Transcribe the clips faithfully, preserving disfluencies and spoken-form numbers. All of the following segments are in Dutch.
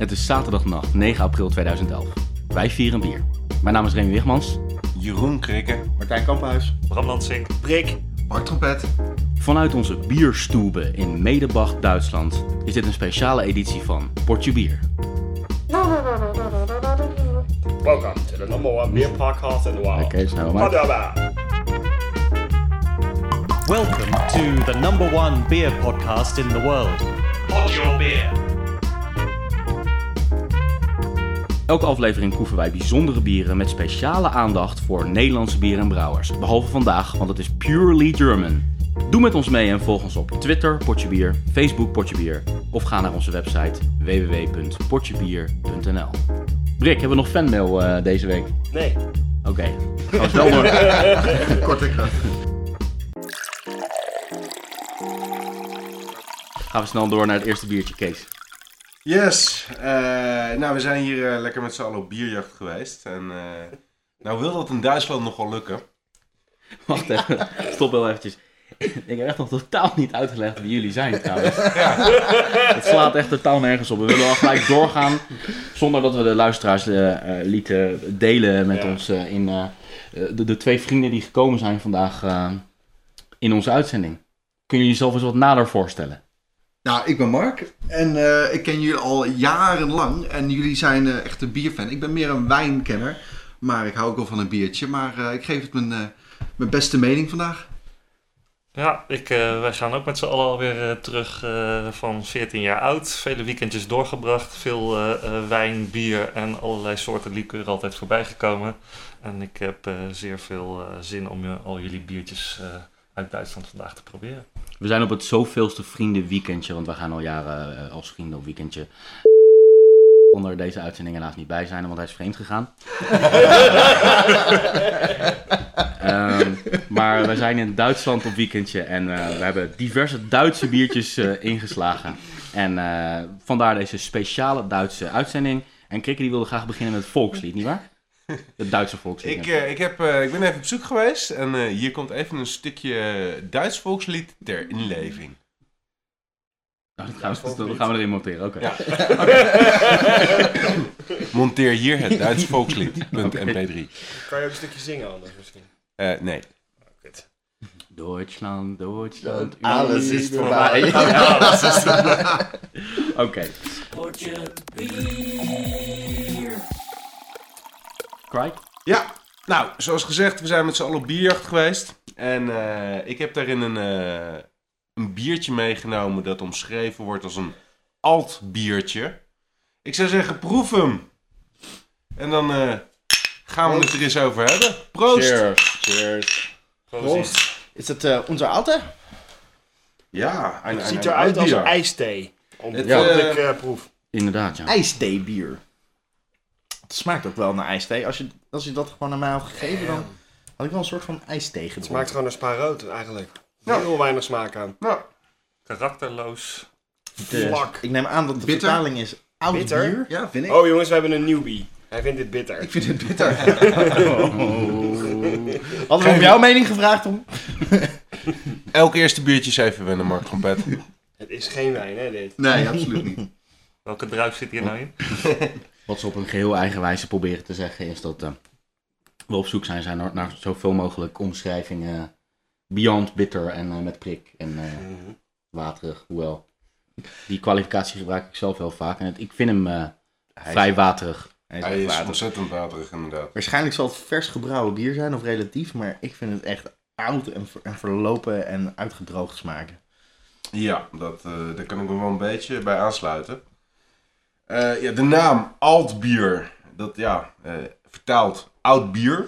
Het is zaterdagnacht, negen april tweeduizend elf. Wij vieren bier. Mijn naam is Remy Wigmans. Jeroen Krikke. Martijn Kamphuis. Bram Lansink. Brik. Mark Trompet. Vanuit onze bierstube in Medebach, Duitsland, is dit een speciale editie van Potje Bier. Welcome to the number one beer podcast in the world. Oké, zijn we maar. Welcome to the number one beer podcast in the world. Pod your beer. Elke aflevering proeven wij bijzondere bieren met speciale aandacht voor Nederlandse bieren en brouwers. Behalve vandaag, want het is purely German. Doe met ons mee en volg ons op Twitter, Potje Bier, Facebook, Potje Bier of ga naar onze website w w w punt potjebier punt n l. Brik, hebben we nog fanmail uh, deze week? Nee. Oké, okay. Gaan we snel door. Kort en krachtig. Gaan we snel door naar het eerste biertje, Kees. Yes, uh, nou we zijn hier uh, lekker met z'n allen op bierjacht geweest. En uh, nou wil dat in Duitsland nog wel lukken. Wacht even, stop wel eventjes. Ik heb echt nog totaal niet uitgelegd wie jullie zijn trouwens. Ja. Het slaat echt totaal nergens op. We willen al gelijk doorgaan zonder dat we de luisteraars uh, uh, lieten delen met ja. ons uh, in uh, de, de twee vrienden die gekomen zijn vandaag uh, in onze uitzending. Kun je jezelf eens wat nader voorstellen? Nou, ik ben Mark en uh, ik ken jullie al jarenlang en jullie zijn uh, echt een bierfan. Ik ben meer een wijnkenner, maar ik hou ook wel van een biertje. Maar uh, ik geef het mijn, uh, mijn beste mening vandaag. Ja, ik, uh, wij gaan ook met z'n allen alweer uh, terug uh, van veertien jaar oud. Vele weekendjes doorgebracht, veel uh, uh, wijn, bier en allerlei soorten liqueur altijd voorbij gekomen. En ik heb uh, zeer veel uh, zin om uh, al jullie biertjes uh, uit Duitsland vandaag te proberen. We zijn op het zoveelste vriendenweekendje, want we gaan al jaren uh, als vrienden op weekendje. Onder deze uitzending helaas niet bij zijn, want hij is vreemd gegaan. um, maar we zijn in Duitsland op weekendje en uh, we hebben diverse Duitse biertjes uh, ingeslagen. En uh, vandaar deze speciale Duitse uitzending. En Krikke die wilde graag beginnen met het volkslied, nietwaar? Het Duitse volkslied. Ik, uh, ik, heb, uh, ik ben even op zoek geweest en uh, hier komt even een stukje Duits volkslied ter inleving. Nou, dat, gaan we, dat gaan we erin monteren, oké. Okay. Ja. Okay. Monteer hier het Duits volkslied, punt m p drie. Kan je ook een stukje zingen anders misschien? Uh, nee. Duitsland, Duitsland, alles is voorbij. Alles is voorbij. Oké. Cry? Ja, nou, zoals gezegd, we zijn met z'n allen op bierjacht geweest. En uh, ik heb daarin een, uh, een biertje meegenomen dat omschreven wordt als een alt biertje. Ik zou zeggen, proef hem. En dan uh, gaan we het er eens over hebben. Proost! Cheers. Cheers. Proost. Is het uh, onze alte? Ja. Een, het ziet een, eruit een als een ijsthee. Om het, ja. uh, wat ik uh, proef. Inderdaad, ja. IJsthee-bier. Het smaakt ook wel naar ijsthee. Als je, als je dat gewoon aan mij had gegeven, dan had ik wel een soort van ijsthee gedronken. Het smaakt gewoon naar Spa rood eigenlijk. Ja. Heel weinig smaak aan. Ja. Karakterloos. Vlak. Ik neem aan dat de bitter. vertaling is oud bitter? bier. Ja, vind ik. Oh jongens, we hebben een newbie. Hij vindt dit bitter. Ik vind het bitter. oh. Hadden we om jouw mening gevraagd om? Elk eerste biertje is even wennen, Mark Trompet. Het is geen wijn, hè, dit? Nee, absoluut niet. Welke druif zit hier nou in? Wat ze op een geheel eigen wijze proberen te zeggen is dat uh, we op zoek zijn, zijn naar, naar zoveel mogelijk omschrijvingen beyond bitter en uh, met prik en uh, mm-hmm. waterig. Hoewel, die kwalificatie gebruik ik zelf heel vaak en het, ik vind hem uh, vrij is, waterig. Hij is, hij is waterig. Ontzettend waterig inderdaad. Waarschijnlijk zal het vers gebrouwen bier zijn of relatief, maar ik vind het echt oud en, ver, en verlopen en uitgedroogd smaken. Ja, dat, uh, daar kan ik me wel een beetje bij aansluiten. Uh, ja, de naam Altbier, dat ja, uh, vertaalt oud bier.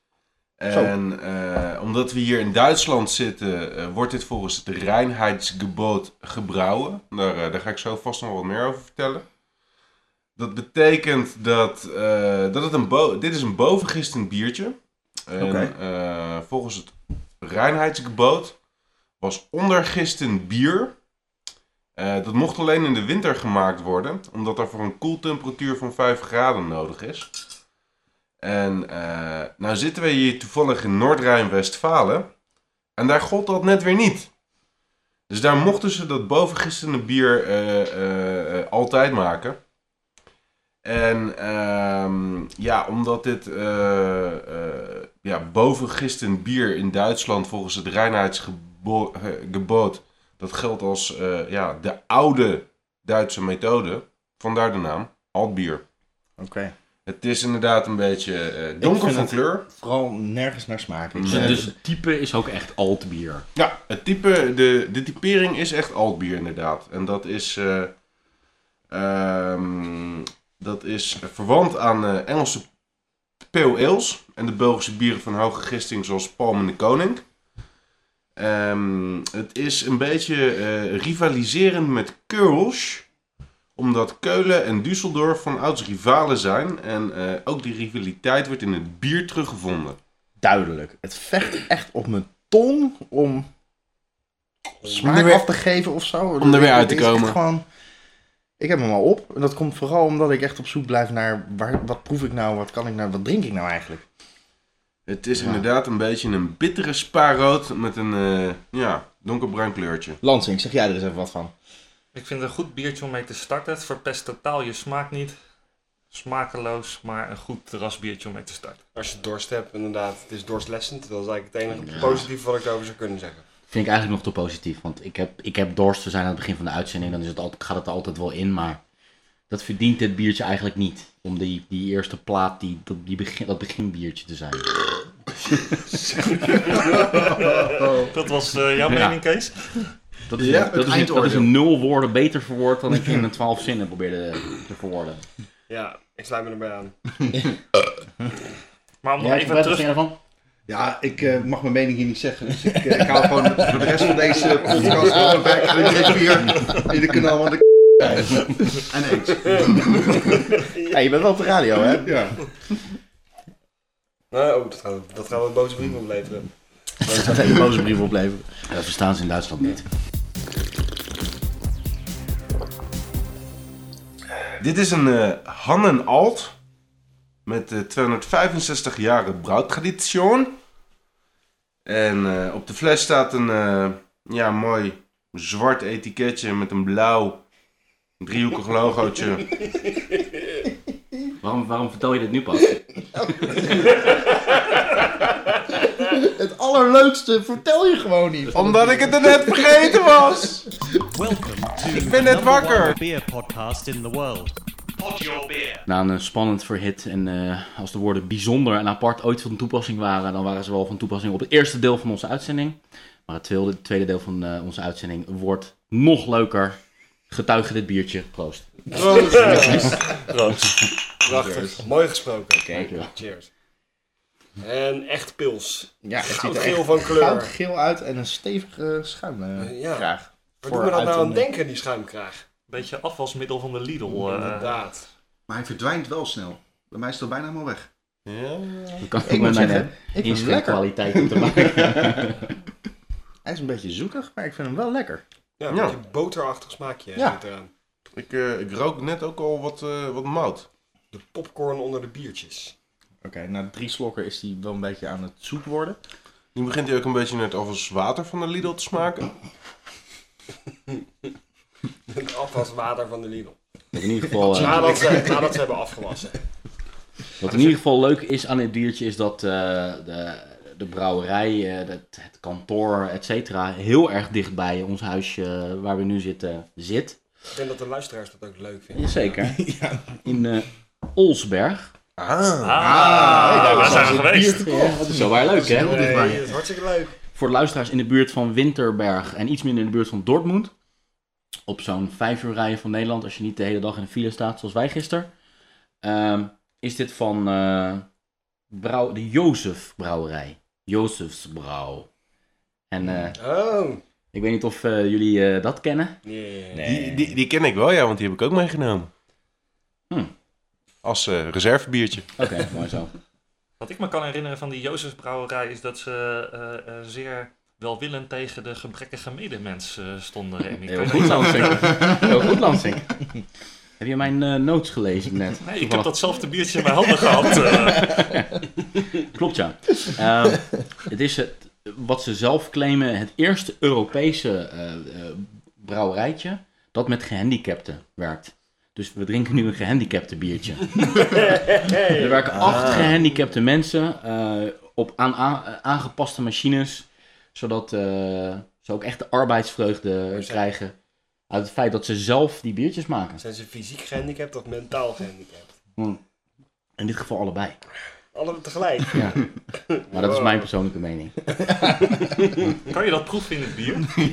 En uh, omdat we hier in Duitsland zitten, uh, wordt dit volgens het Reinheitsgebot gebrouwen. Daar, uh, daar ga ik zo vast nog wat meer over vertellen. Dat betekent dat, uh, dat het een bo- dit is een bovengistend biertje. En okay. uh, volgens het Reinheitsgebot was ondergistend bier. Uh, dat mocht alleen in de winter gemaakt worden, omdat daarvoor een koeltemperatuur van vijf graden nodig is. En uh, nou zitten we hier toevallig in Noord-Rijn-Westfalen en daar gold dat net weer niet. Dus daar mochten ze dat bovengistende bier uh, uh, uh, altijd maken. En um, ja, omdat dit uh, uh, ja, bovengistend bier in Duitsland volgens het reinheidsgebod, dat geldt als uh, ja, de oude Duitse methode, vandaar de naam, altbier. Oké. Okay. Het is inderdaad een beetje uh, donker van kleur. Vooral nergens naar smaak. Dus, nee. dus het type is ook echt altbier. Ja, het type, de, de typering is echt altbier inderdaad. En dat is, uh, um, dat is verwant aan uh, Engelse pale ales en de Belgische bieren van hoge gisting zoals Palm en de Koning. Um, het is een beetje uh, rivaliserend met Kölsch, omdat Keulen en Düsseldorf van ouds rivalen zijn. En uh, ook die rivaliteit wordt in het bier teruggevonden. Duidelijk. Het vecht echt op mijn tong om smaak weer af te geven of zo. Om er weer uit te komen. Gewoon, ik heb hem al op. En dat komt vooral omdat ik echt op zoek blijf naar waar, wat proef ik nou, wat kan ik nou, wat drink ik nou eigenlijk. Het is ja. inderdaad een beetje een bittere spaarrood met een uh, ja, donkerbruin kleurtje. Lansing, zeg jij er eens even wat van? Ik vind het een goed biertje om mee te starten. Het verpest totaal je smaak niet. Smakeloos, maar een goed terrasbiertje om mee te starten. Als je dorst hebt, inderdaad, het is dorstlessend. Dat is eigenlijk het enige ja. positief wat ik erover zou kunnen zeggen. Vind ik eigenlijk nog te positief. Want ik heb, ik heb dorst, we zijn aan het begin van de uitzending. Dan is het altijd, gaat het er altijd wel in, maar dat verdient dit biertje eigenlijk niet. Om die, die eerste plaat, die, die begin, dat beginbiertje te zijn. Dat was uh, jouw ja. mening, Kees? Dat is, ja, dat, is, dat is een nul woorden beter verwoord dan ik in een twaalf zinnen probeerde te verwoorden. Ja, ik sluit me erbij aan. Maar om nog ja, even terug... Ervan? Ja, ik uh, mag mijn mening hier niet zeggen. Dus ik, uh, ik hou gewoon voor de rest van deze podcast gewoon weg. En ik drink bier in de kanaal van de en eens. Ja, je bent wel op de radio, hè? Ja. Nou, oh, dat, gaat, dat gaan we een boze brief opleveren. Dat gaat een boze brief opleveren. Ja, dat verstaan ze in Duitsland niet. Dit is een uh, Hannen Alt met uh, tweehonderdvijfenzestig jaar brouwtraditie. En uh, op de fles staat een uh, ja, mooi zwart etiketje met een blauw driehoekig logootje. Waarom, waarom vertel je dit nu pas? Het allerleukste vertel je gewoon niet. Omdat ik het er net vergeten was. Ik ben net wakker. Beer podcast in the world. Pod your beer. Na een spannend verhit en uh, als de woorden bijzonder en apart ooit van toepassing waren, dan waren ze wel van toepassing op het eerste deel van onze uitzending. Maar het tweede, het tweede deel van uh, onze uitzending wordt nog leuker. Getuige dit biertje. Proost. Proost. Proost. Prachtig. Mooi gesproken. Oké. Okay. Cheers. En echt pils. Ja, het ziet er geel van kleur. Goudgeel uit en een stevige schuimkraag. Uh, ja. Waar doet me dat nou aan denken, die schuimkraag? Beetje afwasmiddel van de Lidl. Uh, Inderdaad. Maar hij verdwijnt wel snel. Bij mij is het al bijna helemaal weg. Ja. Dat kan ik met mijn inschenkwaliteit te maken. Hij is een beetje zoetig, maar ik vind hem wel lekker. Ja, een ja. beetje boterachtig smaakje ja. zit eraan. Ik, uh, ik rook net ook al wat, uh, wat mout. De popcorn onder de biertjes. Oké, okay, na drie slokken is hij wel een beetje aan het zoet worden. Nu begint hij ook een beetje net als water van de Lidl te smaken. Het afwaswater van de Lidl. In ieder geval, uh, nadat, ze, nadat ze hebben afgewassen. Wat in ieder geval leuk is aan dit biertje is dat uh, de, de brouwerij, uh, het, het kantoor, et cetera, heel erg dicht bij ons huisje uh, waar we nu zitten, zit. Ik denk dat de luisteraars dat ook leuk vinden. Jazeker. Ja. In uh, Olsberg. Ah, ah, ah hey, daar zijn we geweest. Ja, dat is zo waar leuk, hè? Nee, dat is hartstikke leuk. Voor de luisteraars in de buurt van Winterberg en iets minder in de buurt van Dortmund. Op zo'n vijf uur rijden van Nederland, als je niet de hele dag in de file staat, zoals wij gisteren. Um, is dit van uh, brouw, de Jozef Brouwerij. Jozefs Brouw. En uh, oh. ik weet niet of uh, jullie uh, dat kennen. Nee. nee. Die, die, die ken ik wel, ja, want die heb ik ook meegenomen. Hmm. Als uh, reservebiertje. Oké, okay, mooi zo. Wat ik me kan herinneren van die Jozefs Brouwerij is dat ze uh, uh, zeer welwillend tegen de gebrekkige medemens uh, stonden. Remy. Heel goed, Lansing. Heel goed, Lansing. Heb je mijn uh, notes gelezen net? Nee, ik heb datzelfde biertje in mijn handen gehad. Uh. Klopt, ja. Uh, het is het, wat ze zelf claimen het eerste Europese uh, uh, brouwerijtje dat met gehandicapten werkt. Dus we drinken nu een gehandicapte biertje. Er werken acht gehandicapte mensen uh, op aan, aan, aangepaste machines. Zodat uh, ze ook echt de arbeidsvreugde zijn... krijgen. Uit het feit dat ze zelf die biertjes maken. Zijn ze fysiek gehandicapt of mentaal gehandicapt? Hmm. In dit geval allebei. Allebei tegelijk? Ja. Maar dat is mijn persoonlijke mening. Kan je dat proeven in het bier?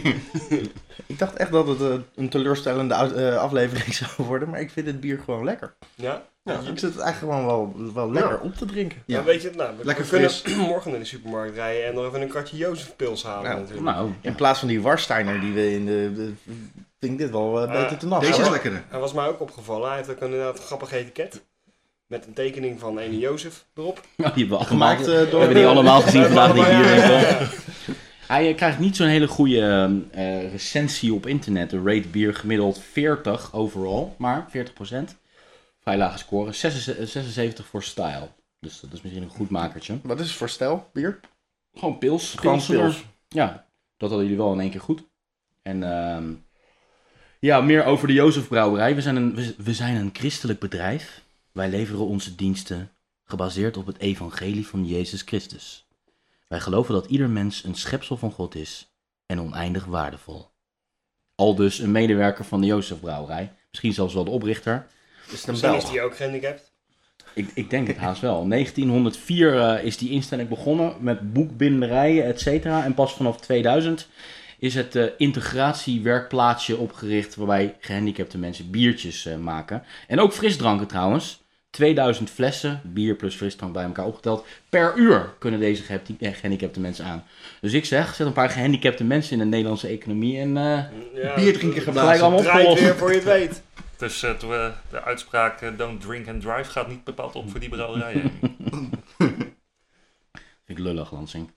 Ik dacht echt dat het uh, een teleurstellende uh, aflevering zou worden, maar ik vind het bier gewoon lekker. Ja? Ja, ik zit het eigenlijk gewoon wel, wel lekker ja. op te drinken. Ja, Ja. weet je, nou, we, Lekker we kunnen fris. morgen naar de supermarkt rijden en nog even een kartje Jozefpils halen. Ja. natuurlijk. Nou, ja. In plaats van die Warsteiner die we in de... de vind ik dit wel uh, beter te nat. Deze is hoor. lekkerder. Hij was mij ook opgevallen. Hij heeft ook inderdaad een grappig etiket. Met een tekening van ene Jozef erop. Ja, die hebben we allemaal, Gemaakt uh, we door... hebben die allemaal gezien vandaag, die Ja, ja, bierwinkel. ja, ja. Hij uh, krijgt niet zo'n hele goede uh, recensie op internet. De rate bier gemiddeld veertig overal, maar veertig procent. Vrij lage score. zesenzeventig voor style. Dus dat is misschien een goed makertje. Wat is het voor stijl, bier? Gewoon pils. Gewoon Pilsener. pils. Ja, dat hadden jullie wel in één keer goed. En uh, ja, meer over de Jozef Brouwerij. We zijn, een, we, we zijn een christelijk bedrijf. Wij leveren onze diensten gebaseerd op het evangelie van Jezus Christus. Wij geloven dat ieder mens een schepsel van God is en oneindig waardevol. Aldus een medewerker van de Jozef Brouwerij. Misschien zelfs wel de oprichter. Is het een Misschien is Belg? die ook gehandicapt. Ik, ik denk het haast wel. negentienhonderdvier uh, is die instelling begonnen met boekbinderijen, et cetera. En pas vanaf tweeduizend is het uh, integratiewerkplaatsje opgericht waarbij gehandicapte mensen biertjes uh, maken. En ook frisdranken trouwens. tweeduizend flessen, bier plus frisdrank bij elkaar opgeteld, per uur kunnen deze gehandicapte mensen aan. Dus ik zeg, zet een paar gehandicapte mensen in de Nederlandse economie en uh, Ja, Bier drinken gelijk geblazen. allemaal draait opgelost. weer voor je het weet. Dus uh, de, de uitspraak uh, don't drink and drive gaat niet bepaald op voor die brouwerijen. Vind ik lullig, Lansing.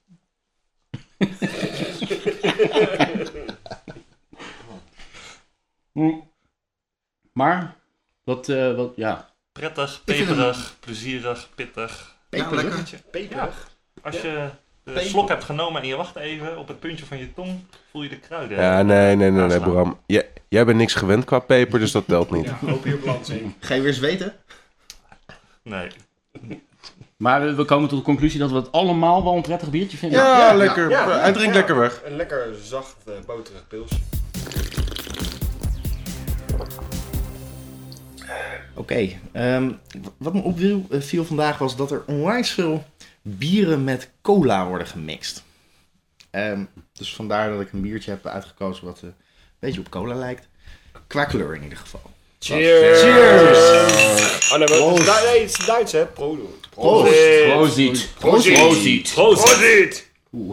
Maar, wat, uh, wat, ja. Prettig, Ik vind hem- peperig, plezierig, pittig. Ja, lekker. Peperig. Als je de Peper. slok hebt genomen en je wacht even op het puntje van je tong, voel je de kruiden. Ja, nee, nee, nee, nee, aanslaan. Bram. Jij, jij bent niks gewend qua peper, dus dat telt niet. Ja, hoop je op Lansing. Ga je weer eens weten? Nee. Maar we komen tot de conclusie dat we het allemaal wel een prettig biertje vinden. Ja, Ja, lekker. ja. Hij drinkt Ja. lekker weg. Een lekker zacht, uh, boterig pils. Oké, okay, um, wat me opviel uh, viel vandaag was dat er onwijs veel bieren met cola worden gemixt. Um, dus vandaar dat ik een biertje heb uitgekozen wat uh, een beetje op cola lijkt. Qua kleur in ieder geval. Cheers! Cheers! Oh nee, maar het is, Proost. Du- nee, het is Duits hè? Pro- Proziet. Proziet! Proziet. Proziet! Oeh.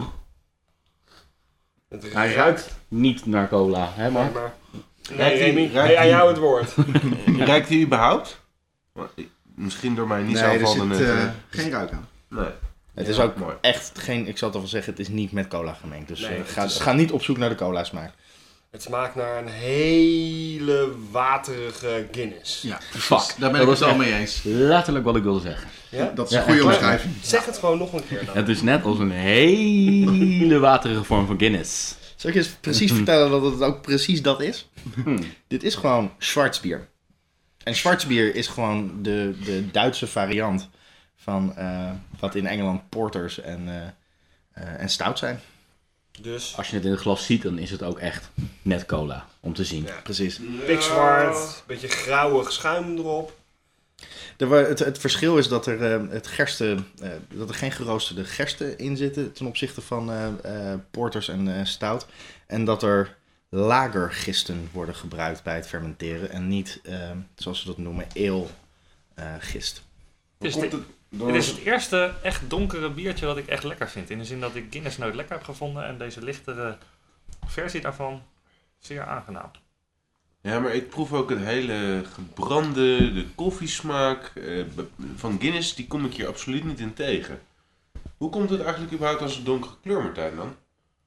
Het Hij ruikt niet naar cola, hè Maar, Mark? maar. Ruikt Nee, die- Remy, ruikt hey, aan die- jou het woord. Ruikt hij überhaupt? Misschien door mij niet Nee, zo er vallen. zit uh, uh, geen ruik aan. nee. Het Ja, is ook mooi. echt geen, ik zal het al wel zeggen, het is niet met cola gemengd. Dus Nee, uh, het ga, is- ga niet op zoek naar de cola smaak. Het smaakt naar een hele waterige Guinness. Ja, Fuck. daar ben Dat ik het was wel echt- mee eens. Letterlijk wat ik wilde zeggen. Ja? Dat is Ja, een goede echt. omschrijving. Zeg het gewoon nog een keer dan. Het is net als een hele waterige vorm van Guinness. Zal ik je eens precies vertellen dat het ook precies dat is? Hmm. Dit is gewoon Schwarzbier. En Schwarzbier is gewoon de, de Duitse variant van uh, wat in Engeland porters en, uh, uh, en stout zijn. Dus, Als je het in het glas ziet, dan is het ook echt net cola om te zien. Ja. Precies. pikzwart, beetje grauwig schuim erop. Er, wa- het, het verschil is dat er, uh, het gersten, uh, dat er geen geroosterde gersten in zitten ten opzichte van uh, uh, porters en uh, stout. En dat er lagergisten worden gebruikt bij het fermenteren en niet, uh, zoals ze dat noemen, eelgist. Het is, Komt de- het door- dit is het eerste echt donkere biertje dat ik echt lekker vind. In de zin dat ik Guinness nooit lekker heb gevonden en deze lichtere versie daarvan zeer aangenaam. Ja, maar ik proef ook het hele gebrande, de koffiesmaak eh, b- van Guinness, die kom ik hier absoluut niet in tegen. Hoe komt het eigenlijk überhaupt als een donkere kleur, Martijn, dan?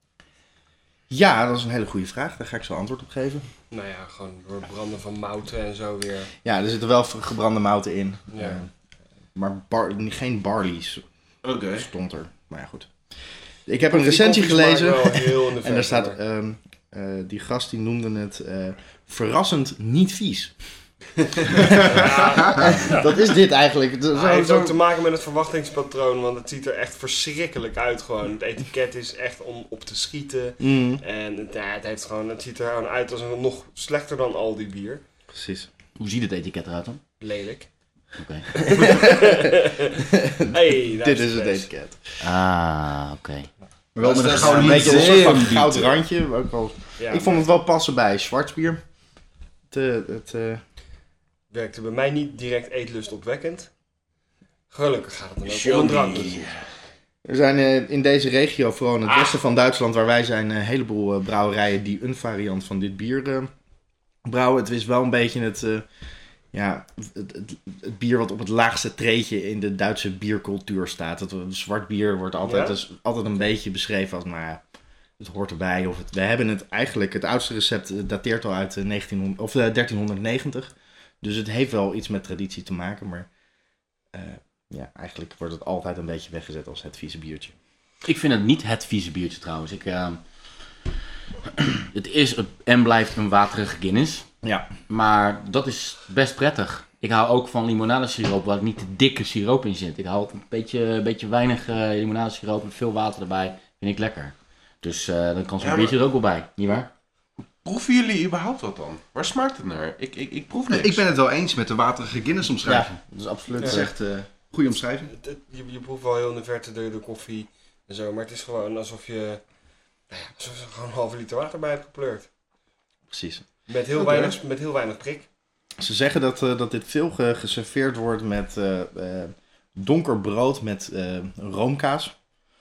Ja, dat is een hele goede vraag. Daar ga ik zo antwoord op geven. Nou ja, gewoon door branden van mouten en zo weer. Ja, er zitten wel gebrande mouten in. Ja. Uh, maar bar- geen barley's Oké. stond er. Maar ja, goed. Ik heb een Die recensie koffie smaakt gelezen. wel heel in de En daar verte, staat, maar- um, uh, die gast die noemde het uh, verrassend niet vies. Ja, Dat is dit eigenlijk. Het- het zo- heeft zo- ook te maken met het verwachtingspatroon, want het ziet er echt verschrikkelijk uit gewoon. Het etiket is echt om op te schieten. Mm, En het, ja, het, heeft gewoon, het ziet er gewoon uit als een nog slechter dan Aldi bier. precies. Hoe ziet het etiket eruit dan? Lelijk. Oké. Hey, daar Dit is is het het etiket. Ah, oké. Maar wel met een Dat is gouden Een beetje een museum. soort van goud randje. Ook wel. Ja, Ik vond het wel passen bij zwartbier. Het, eh, het, eh, werkte bij mij niet direct eetlustopwekkend. Gelukkig gaat het dan ook om een drank. Er zijn eh, in deze regio, vooral in het westen van Duitsland, waar wij zijn, een heleboel eh, brouwerijen die een variant van dit bier eh, brouwen. Het is wel een beetje het, eh, ja, het, het, het bier wat op het laagste treedje in de Duitse biercultuur staat. Het, zwart bier wordt altijd, Ja? dus, altijd een beetje beschreven als, nou ja, het hoort erbij. Of het, we hebben het eigenlijk, het oudste recept eh, dateert al uit eh, negentienhonderd, of, eh, dertienhonderdnegentig. Dus het heeft wel iets met traditie te maken, maar eh, ja, eigenlijk wordt het altijd een beetje weggezet als het vieze biertje. Ik vind het niet het vieze biertje trouwens. Ik, eh, het is en blijft een waterige Guinness. Ja. Maar dat is best prettig. Ik hou ook van limonadesiroop waar niet te dikke siroop in zit. Ik hou het een beetje, een beetje weinig uh, limonadesiroop met veel water erbij. Vind ik lekker. Dus uh, dan kan zo'n Ja, biertje maar- er ook wel bij. Niet waar? Proeven jullie überhaupt wat dan? Waar smaakt het naar? Ik, ik, ik proef niks. Ik ben het wel eens met de waterige Guinness omschrijving. Ja, dat is absoluut. Dat is echt een goede omschrijving. Het- het- Je, je proeft wel heel in de verte de, de koffie en zo, maar het is gewoon alsof je, nou ja, alsof je er gewoon een halve liter water bij hebt gepleurd. Precies. Met heel, Oké. weinig, met heel weinig prik. Ze zeggen dat, uh, dat dit veel ge- geserveerd wordt met uh, uh, donker brood met uh, roomkaas.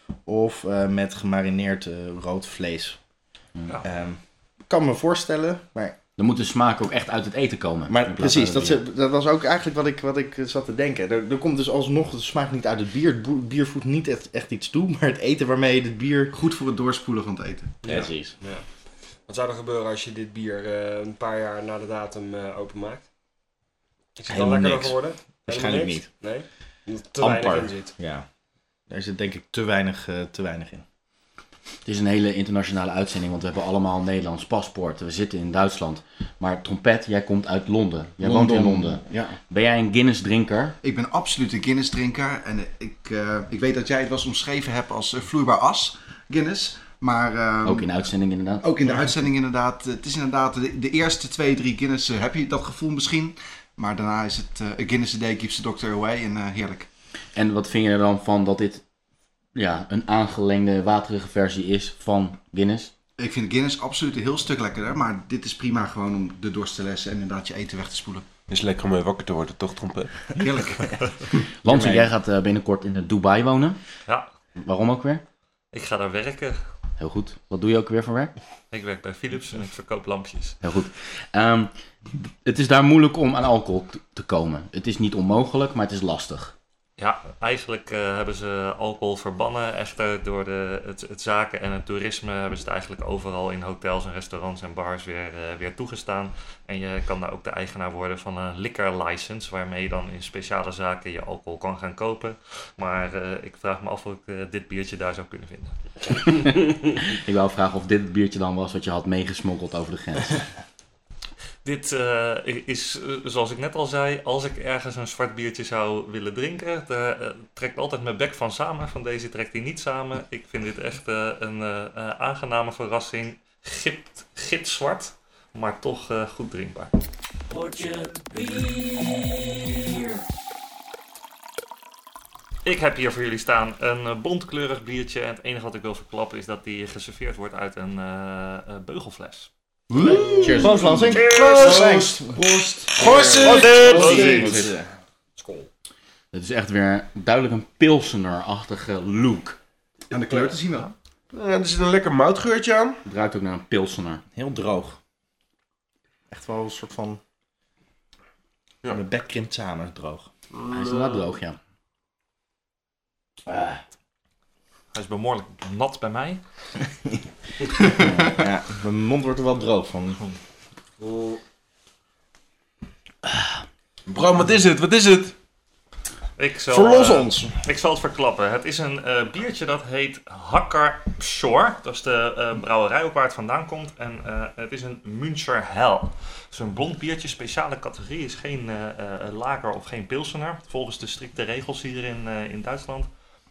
Of uh, met gemarineerd uh, rood vlees. Ja. Um, ik kan me voorstellen, maar... Dan moet de smaak ook echt uit het eten komen. Maar in plaats precies, van dat, het ze, dat was ook eigenlijk wat ik, wat ik zat te denken. Er, er komt dus alsnog de smaak niet uit het bier. Het boe- bier voegt niet echt, echt iets toe, maar het eten waarmee je het bier... Goed voor het doorspoelen van het eten. bier. Ja, precies. Ja. Wat zou er gebeuren als je dit bier uh, een paar jaar na de datum uh, openmaakt? Is het dan Helemaal lekkerder niks. geworden? Waarschijnlijk Helemaal niks? Nee? Omdat er te Amper. weinig in zit. Ja, daar zit denk ik te weinig, uh, te weinig in. Het is een hele internationale uitzending, want we hebben allemaal een Nederlands paspoort. We zitten in Duitsland. Maar Trompet, jij komt uit Londen. Jij woont in Londen. Ja. Ben jij een Guinness drinker? Ik ben absoluut een Guinness drinker. En ik, uh, ik weet dat jij het wel eens omschreven hebt als uh, vloeibaar as Guinness. Maar, uh, Ook in de uitzending inderdaad. Ook in de uitzending inderdaad. Het is inderdaad de, de eerste twee, drie Guinness uh, heb je dat gevoel misschien. Maar daarna is het uh, a Guinness a day keeps the doctor away. En uh, heerlijk. En wat vind je er dan van dat dit ja, een aangelengde waterige versie is van Guinness? Ik vind Guinness absoluut een heel stuk lekkerder. Maar dit is prima gewoon om de dorst te lessen en inderdaad je eten weg te spoelen. Is lekker om mee wakker te worden, toch, Trompet? Heerlijk. Lantje, jij gaat uh, binnenkort in Dubai wonen. Ja, Waarom ook weer? ik ga daar werken. Heel goed. Wat doe je ook weer voor werk? Ik werk bij Philips en ik verkoop lampjes. Heel goed. Um, het is daar moeilijk om aan alcohol t- te komen. Het is niet onmogelijk, maar het is lastig. Ja, eigenlijk uh, hebben ze alcohol verbannen. Echter door de, het, het zaken en het toerisme hebben ze het eigenlijk overal in hotels en restaurants en bars weer, uh, weer toegestaan. En je kan daar ook de eigenaar worden van een liquor license, waarmee je dan in speciale zaken je alcohol kan gaan kopen. Maar uh, ik vraag me af of ik uh, dit biertje daar zou kunnen vinden. Ik wou vragen of dit het biertje dan was wat je had meegesmokkeld over de grens. Dit uh, is, uh, zoals ik net al zei, als ik ergens een zwart biertje zou willen drinken, daar uh, trekt altijd mijn bek van samen. Van deze trekt hij niet samen. Ik vind dit echt uh, een uh, uh, aangename verrassing. Gipt, gitzwart, maar toch uh, goed drinkbaar. Ik heb hier voor jullie staan een uh, bontkleurig biertje. En het enige wat ik wil verklappen is dat die geserveerd wordt uit een uh, uh, beugelfles. Cheers. Proost, Lansing. Proost. Proost. Proost. Skol. Het is echt weer duidelijk een pilsener-achtige look. Aan de kleur te zien wel. Ja, er zit een lekker moutgeurtje aan. Het ruikt ook naar een pilsener. Heel droog. Echt wel een soort van... Ja. Mijn bek krimpt samen, droog. Hij is inderdaad droog, ja. Hij is behoorlijk nat bij mij. Ja, mijn mond wordt er wel droog van. Bram, wat is het? Wat is het? Ik zal, Verlos uh, ons. Ik zal het verklappen. Het is een uh, biertje dat heet Hakker Pschorr. Dat is de uh, brouwerij ook waar het vandaan komt. En uh, het is een Münster Hell. Het is een blond biertje, speciale categorie. Is geen uh, uh, lager of geen pilsener. Volgens de strikte regels hier in, uh, in Duitsland.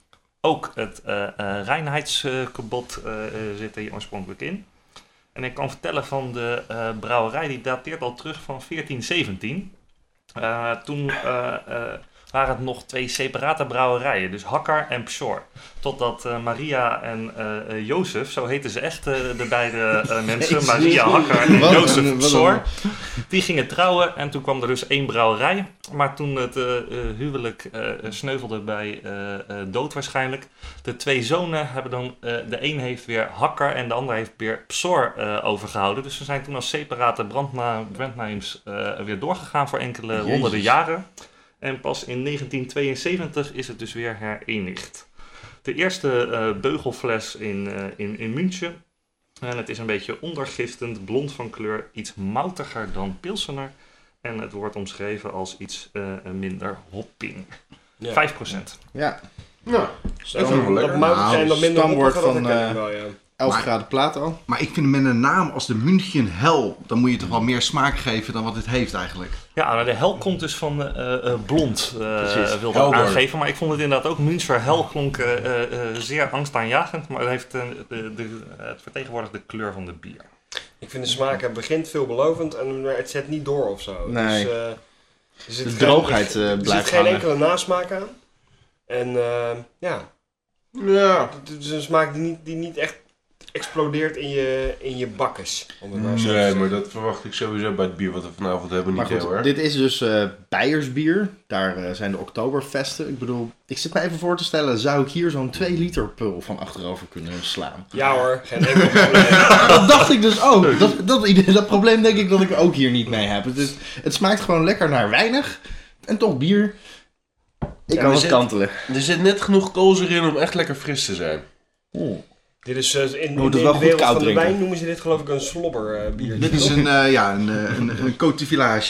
Ook het uh, uh, reinheidsgebod uh, uh, zit er hier oorspronkelijk in. En ik kan vertellen van de uh, brouwerij, die dateert al terug van veertien zeventien. Uh, toen uh, uh, waren het nog twee separate brouwerijen, dus Hakker en Pschorr. Totdat uh, Maria en uh, uh, Jozef, zo heten ze echt uh, de beide uh, mensen, Maria Hakker en Wat Jozef een- wat Pschorr, die gingen trouwen en toen kwam er dus één brouwerij. Maar toen het uh, uh, huwelijk uh, sneuvelde bij uh, uh, dood waarschijnlijk, de twee zonen hebben dan, uh, de een heeft weer Hakker en de ander heeft weer Pschorr uh, overgehouden. Dus ze zijn toen als separate brandna- brandnames uh, weer doorgegaan voor enkele Jezus. honderden jaren. En pas in negentien tweeënzeventig is het dus weer herenigd. De eerste uh, beugelfles in, uh, in, in München. En het is een beetje ondergiftend, blond van kleur, iets moutiger dan pilsener. En het wordt omschreven als iets uh, minder hopping. Ja. vijf procent. Ja, Nou, Zo, dat vind ik wel dat lekker. mout Nou, en dat minder stamwoord hoppig, van, dat ken ik uh, wel, ja. elf Maar- graden plato. Maar ik vind met een naam als de München Hell, dan moet je toch wel meer smaak geven dan wat het heeft eigenlijk. Ja, nou, de hel komt dus van uh, uh, blond, uh, Precies. wil dat Helder. aangeven. Maar ik vond het inderdaad ook, Münster hel klonk uh, uh, zeer angstaanjagend. Maar het, heeft, uh, de, de, het vertegenwoordigt de kleur van de bier. Ik vind de smaak, het begint veelbelovend, en, maar het zet niet door of zo. Nee. Dus, uh, er zit De geen- droogheid uh, Er zit blijft geen hangen. enkele nasmaak aan. En uh, ja, Ja. het is een smaak die niet, die niet echt explodeert in je, in je bakkes. Om het maar zo te Nee, zeggen. maar dat verwacht ik sowieso bij het bier wat we vanavond hebben Maar niet heel goed, erg. dit is dus uh, Beiersbier. Daar uh, zijn de Oktoberfesten. Ik bedoel, ik zit me even voor te stellen, zou ik hier zo'n twee liter pul van achterover kunnen slaan? Ja hoor, geen enkel probleem. Dat dacht ik dus ook. Dat, dat, dat probleem denk ik dat ik ook hier niet mee heb. Het, is, het smaakt gewoon lekker naar weinig. En toch bier. Ik Ja, kan er het zit- kantelen. Er zit net genoeg koolzuur erin om echt lekker fris te zijn. Oeh. Dit is uh, in, in, moet het in wel de goed wereld koud van de drinken. wijn noemen ze dit geloof ik een slobber uh, biertje. Dit is een, uh, ja, een, uh, een, een cote de village.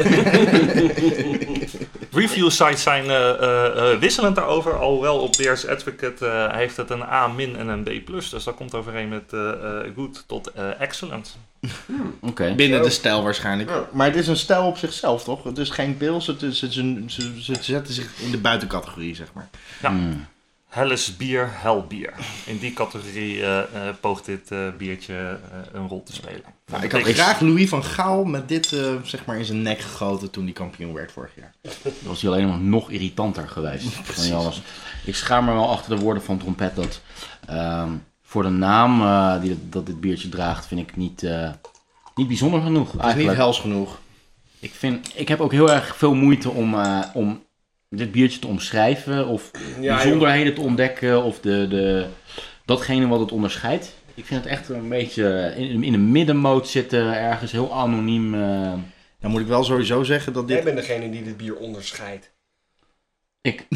Review sites zijn uh, uh, uh, wisselend daarover. Alhoewel op Beers Advocate uh, heeft het een A- en een B plus. Dus dat komt overeen met uh, uh, good tot uh, excellent. Oké. Okay. Binnen Zo. de stijl waarschijnlijk. Ja. Maar het is een stijl op zichzelf, toch? Het is geen pils. Het is, het is een, ze, ze zetten zich in de buitencategorie, zeg maar. Ja. Mm. Helles bier, helbier. In die categorie uh, uh, poogt dit uh, biertje uh, een rol te spelen. Nou, ik had Ik- graag Louis van Gaal met dit uh, zeg maar in zijn nek gegoten toen hij kampioen werd vorig jaar. Dan was hij alleen maar nog irritanter geweest. Van alles. Ik schaam me wel achter de woorden van Trompet dat ehm, voor de naam uh, die dat, dat dit biertje draagt, vind ik niet, uh, niet bijzonder genoeg. Het is Eigenlijk. niet hels genoeg. Ik, vind, ik heb ook heel erg veel moeite om, uh, om dit biertje te omschrijven of Ja, bijzonderheden te ontdekken of de, de, datgene wat het onderscheidt. Ik vind het echt een beetje in, in een middenmoot zitten, ergens heel anoniem. Uh, Dan moet ik wel sowieso zeggen dat Jij dit... bent degene die dit bier onderscheidt. ik,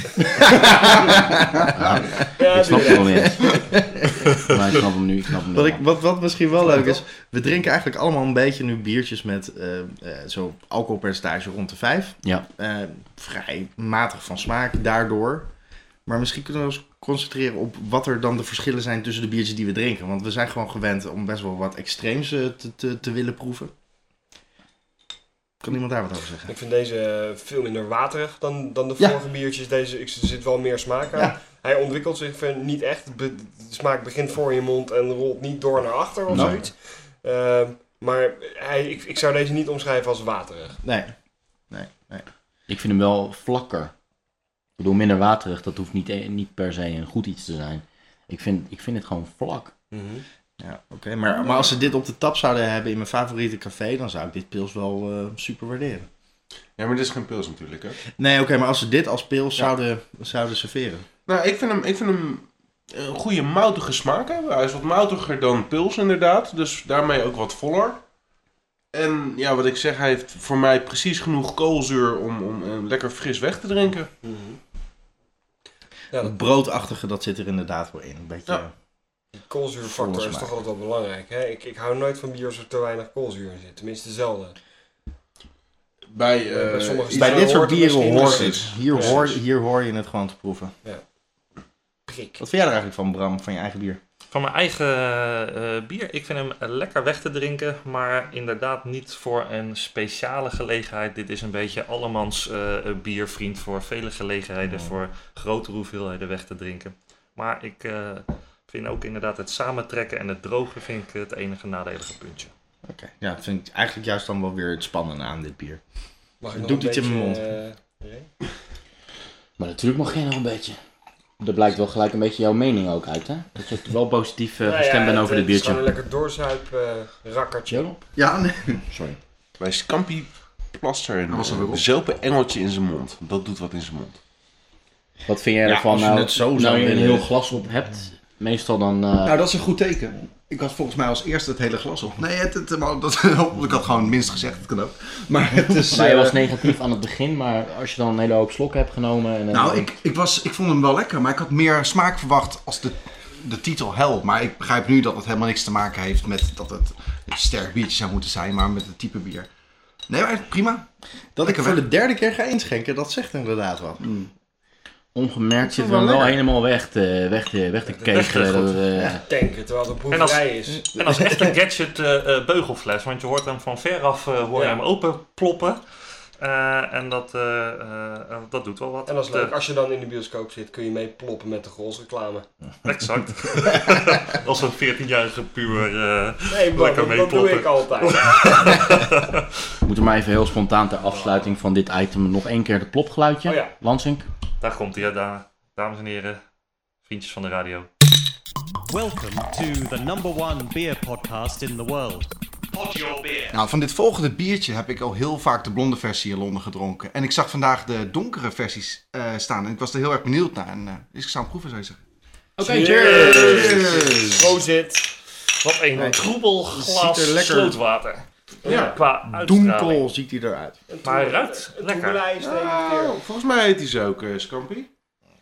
Ja, ik snap doe hem je wel dat. niet. Maar ik snap hem nu. Ik snap hem Wat, nu ik, wel. wat, wat misschien wel leuk is, we drinken eigenlijk allemaal een beetje nu biertjes met uh, uh, zo'n alcoholpercentage rond de vijf. Ja. Uh, vrij matig van smaak daardoor. Maar misschien kunnen we ons concentreren op wat er dan de verschillen zijn tussen de biertjes die we drinken. Want we zijn gewoon gewend om best wel wat extreems uh, te, te, te willen proeven. Kan iemand daar wat over zeggen? Ik vind deze veel minder waterig dan, dan de Ja. vorige biertjes. Deze, ik, er zit wel meer smaak aan. Ja. Hij ontwikkelt zich vind, niet echt. Be- de smaak begint voor je mond en rolt niet door naar achter of Nou. zoiets. Uh, maar hij, ik, ik zou deze niet omschrijven als waterig. Nee. Nee, nee. Ik vind hem wel vlakker. Ik bedoel, minder waterig, dat hoeft niet, e- niet per se een goed iets te zijn. Ik vind, ik vind het gewoon vlak. Mm-hmm. Ja, oké. Maar, maar als ze dit op de tap zouden hebben in mijn favoriete café, dan zou ik dit pils wel uh, super waarderen. Ja, maar dit is geen pils natuurlijk, hè. Nee, oké, maar als ze dit als pils Ja. zouden, zouden serveren. Nou, ik vind hem, ik vind hem een goede moutige smaak hebben. Hij is wat moutiger dan pils inderdaad, dus daarmee ook wat voller. En ja, wat ik zeg, hij heeft voor mij precies genoeg koolzuur om, om uh, lekker fris weg te drinken. Mm-hmm. Ja, Het dat broodachtige, dat zit er inderdaad wel in. Een beetje... Ja. koolzuurfactor Volle is smaak. toch altijd wel belangrijk. Hè? Ik, ik hou nooit van bier als er te weinig koolzuur in zit. Tenminste zelden. bij, uh, bij sommige Bij dit soort bieren hoor, precies. hier, Precies. hoor, hier hoor je het gewoon te proeven. Prik. Wat vind jij er eigenlijk van, Bram, van je eigen bier? Van mijn eigen uh, bier, ik vind hem lekker weg te drinken, maar inderdaad niet voor een speciale gelegenheid. Dit is een beetje allemans uh, biervriend voor vele gelegenheden, oh. voor grotere hoeveelheden weg te drinken. Maar ik uh, vind ook inderdaad het samentrekken en het drogen vind ik het enige nadelige puntje. Oké, okay. Ja, dat vind ik eigenlijk juist dan wel weer het spannende aan dit bier. Mag ik het nog doet een iets beetje, in mijn mond. Uh, yeah. Maar natuurlijk mag jij nog een beetje. Er blijkt wel gelijk een beetje jouw mening ook uit, hè? Dat je wel positief uh, gestemd nou ja, bent over dit biertje. Het is gewoon een lekker doorzuip uh, rakkertje. Ja, nee. Sorry. Bij Scampi plaster een zopen engeltje in zijn mond. Dat doet wat in zijn mond. Wat vind jij Ja, ervan als je nou, het zo nou zou je een willen. heel glas op hebt? Meestal dan... Uh... Nou, dat is een goed teken. Ik had volgens mij als eerste het hele glas op. Nee, het, het, dat, ik had gewoon minst gezegd, het kan ook. Maar het is... Maar je uh, was negatief aan het begin, maar als je dan een hele hoop slokken hebt genomen... En, Nou, ik, ik, was, ik vond hem wel lekker, maar ik had meer smaak verwacht als de, de titel Hel. Maar ik begrijp nu dat het helemaal niks te maken heeft met dat het een sterk biertje zou moeten zijn, maar met het type bier. Nee, maar prima. Dat ik Lekker voor weg. de derde keer ga inschenken, dat zegt inderdaad wat. Mm. Ongemerkt zit wel dan wel lekker. helemaal weg te, weg te, weg te kegelen. Dat, uh, Ja. Tanken, terwijl het een En als- proeverij is. En als echt een gadget uh, uh, beugelfles, want je hoort hem van veraf uh, hoor je Ja. hem open ploppen. Uh, en dat, uh, uh, dat doet wel wat. En dat is leuk. De- Als je dan in de bioscoop zit, kun je mee ploppen met de Grols reclame. Exact. Als een veertienjarige puur. Uh, Nee, man, Lekker dat, dat doe meeploppen. ik altijd. we moeten maar even heel spontaan ter afsluiting van dit item nog één keer het plopgeluidje. Oh ja. Lansink. daar komt hij, da- dames en heren, vriendjes van de radio. Welcome to the number one beer podcast in the world. Pod Your Beer. Nou, van dit volgende biertje heb ik al heel vaak de blonde versie in Londen gedronken. En ik zag vandaag de donkere versies uh, staan en ik was er heel erg benieuwd naar. En, uh, dus ik zou hem proeven, zou je zeggen. Oké, Cheers. Cheers. Prozit. Wat een Nee, troebel glas ziet er lekker- slootwater. Ja. Qua uitstraling. Donkel ziet hij eruit. Maar hij ruikt lekker. Troebelij steekt Nou, weer. volgens mij heet hij zo ook, uh, Scampi.